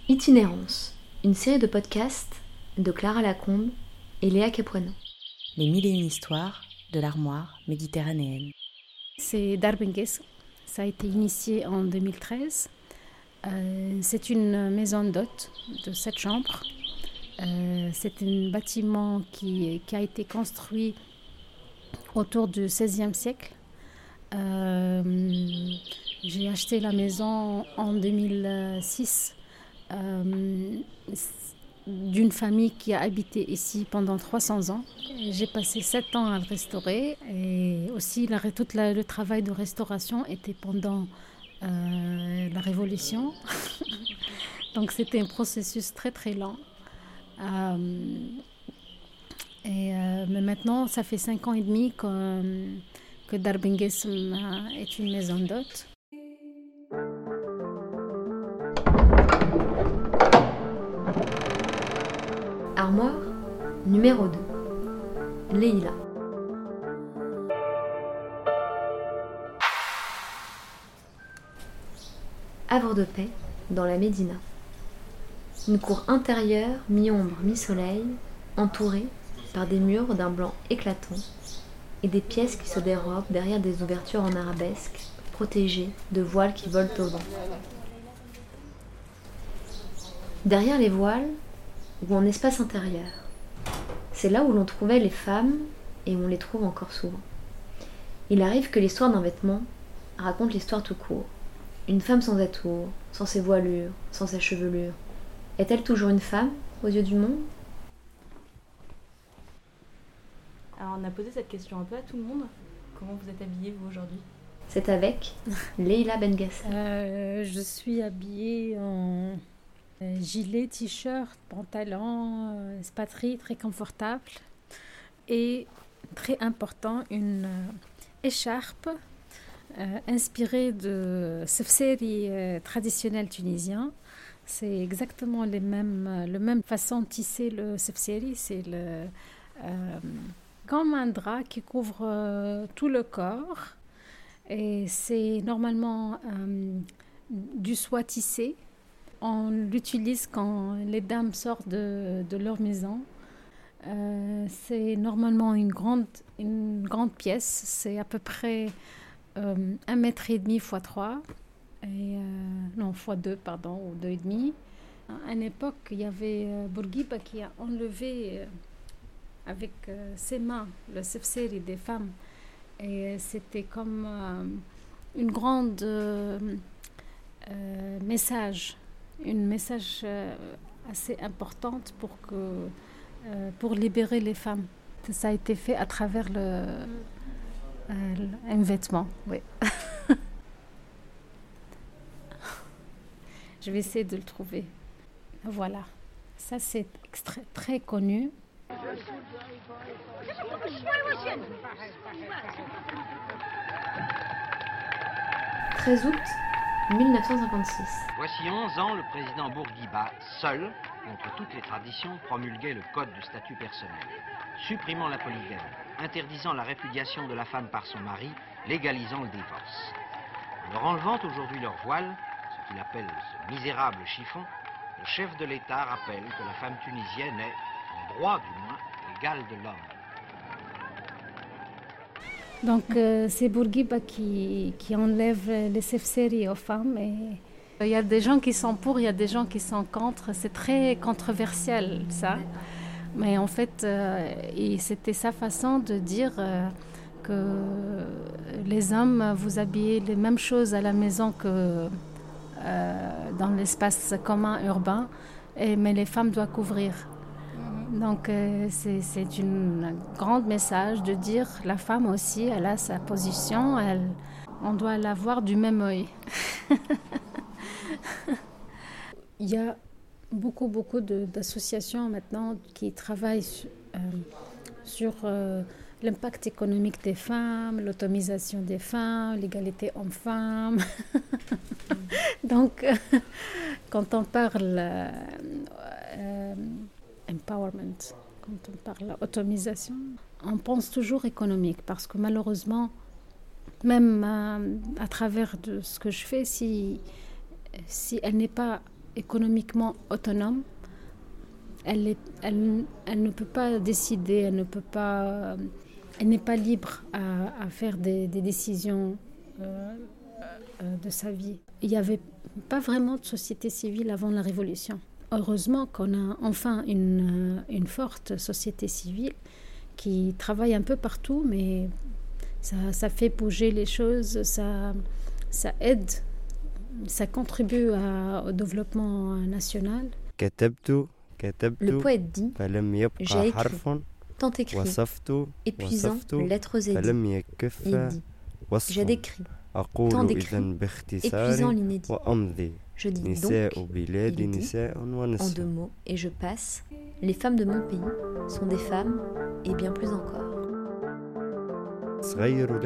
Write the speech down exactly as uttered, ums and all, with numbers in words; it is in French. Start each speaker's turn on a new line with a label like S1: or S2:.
S1: Itinérance, une série de podcasts de Clara Lacombe et Léa Capuano.
S2: Les mille et une histoires de l'armoire méditerranéenne.
S3: C'est Dar Benguessa, ça a été initié en deux mille treize. Euh, c'est une maison d'hôtes de sept chambres. Euh, c'est un bâtiment qui, qui a été construit autour du seizième siècle. Euh, j'ai acheté la maison en deux mille six euh, d'une famille qui a habité ici pendant trois cents ans. J'ai passé sept ans à le restaurer et aussi la, tout la, le travail de restauration était pendant euh, la Révolution. Donc c'était un processus très très lent. Euh, et, euh, mais maintenant, ça fait cinq ans et demi que, que Dar Benguessa est une maison d'hôtes.
S1: Armoire numéro deux. Leïla. Havre de paix dans la Médina. Une cour intérieure, mi-ombre, mi-soleil, entourée par des murs d'un blanc éclatant et des pièces qui se dérobent derrière des ouvertures en arabesque, protégées de voiles qui volent au vent. Derrière les voiles, ou en espace intérieur, c'est là où l'on trouvait les femmes et où on les trouve encore souvent. Il arrive que l'histoire d'un vêtement raconte l'histoire tout court. Une femme sans atours, sans ses voilures, sans sa chevelure, est-elle toujours une femme aux yeux du monde ?
S4: Alors on a posé cette question un peu à tout le monde. Comment vous êtes habillée vous aujourd'hui ?
S1: C'est avec Leïla Benguessa.
S3: Euh, je suis habillée en euh, gilet, t-shirt, pantalon, euh, espadrille, très confortable. Et très important, une euh, écharpe euh, inspirée de sefseri euh, traditionnel tunisien. C'est exactement les mêmes, le même façon de tisser le sefseri. C'est le, euh, comme un drap qui couvre euh, tout le corps. Et c'est normalement euh, du soie tissé. On l'utilise quand les dames sortent de, de leur maison. Euh, c'est normalement une grande, une grande pièce. C'est à peu près euh, un mètre et demi fois trois. Et, euh, non, fois deux, pardon, ou deux et demi. À une époque, il y avait euh, Bourguiba qui a enlevé euh, avec euh, ses mains le sefseri des femmes. Et euh, c'était comme euh, une grande euh, euh, message, une message euh, assez importante pour, que, euh, pour libérer les femmes. Ça a été fait à travers le, euh, un vêtement, oui. Je vais essayer de le trouver. Voilà. Ça, c'est extra- très connu.
S1: treize août mille neuf cent cinquante-six.
S5: Voici onze ans, le président Bourguiba, seul, contre toutes les traditions, promulguait le code du statut personnel, supprimant la polygamie, interdisant la répudiation de la femme par son mari, légalisant le divorce. En leur enlevant aujourd'hui leur voile, ce qu'il appelle ce misérable chiffon, le chef de l'État rappelle que la femme tunisienne est, en droit du moins, égale de l'homme.
S3: Donc, euh, c'est Bourguiba qui, qui enlève les sefseri aux femmes. Et il y a des gens qui sont pour, il y a des gens qui sont contre. C'est très controversiel, ça. Mais en fait, euh, et c'était sa façon de dire euh, que les hommes, vous habillez les mêmes choses à la maison que euh, dans l'espace commun urbain, et, mais les femmes doivent couvrir. Donc euh, c'est, c'est un grand message de dire la femme aussi, elle a sa position, elle, on doit la voir du même œil. Il y a beaucoup, beaucoup de, d'associations maintenant qui travaillent sur, euh, sur euh, l'impact économique des femmes, l'autonomisation des femmes, l'égalité hommes-femmes. Donc, euh, quand on parle euh, euh, empowerment, quand on parle d'autonomisation, on pense toujours économique parce que malheureusement, même euh, à travers de ce que je fais, si, si elle n'est pas économiquement autonome. Elle, est, elle, elle ne peut pas décider, elle ne peut pas, elle n'est pas libre à, à faire des, des décisions euh, euh, de sa vie. Il n'y avait pas vraiment de société civile avant la Révolution. Heureusement qu'on a enfin une, une forte société civile qui travaille un peu partout, mais ça, ça fait bouger les choses, ça, ça aide, ça contribue à, au développement national.
S1: Le poète dit « J'ai écrit, tant écrit, épuisant, lettres et dit. Il dit « J'ai décrit, tant d'écrit, épuisant l'inédit. Je dis donc, il dit, en deux mots, et je passe, les femmes de mon pays sont des femmes, et bien plus encore. »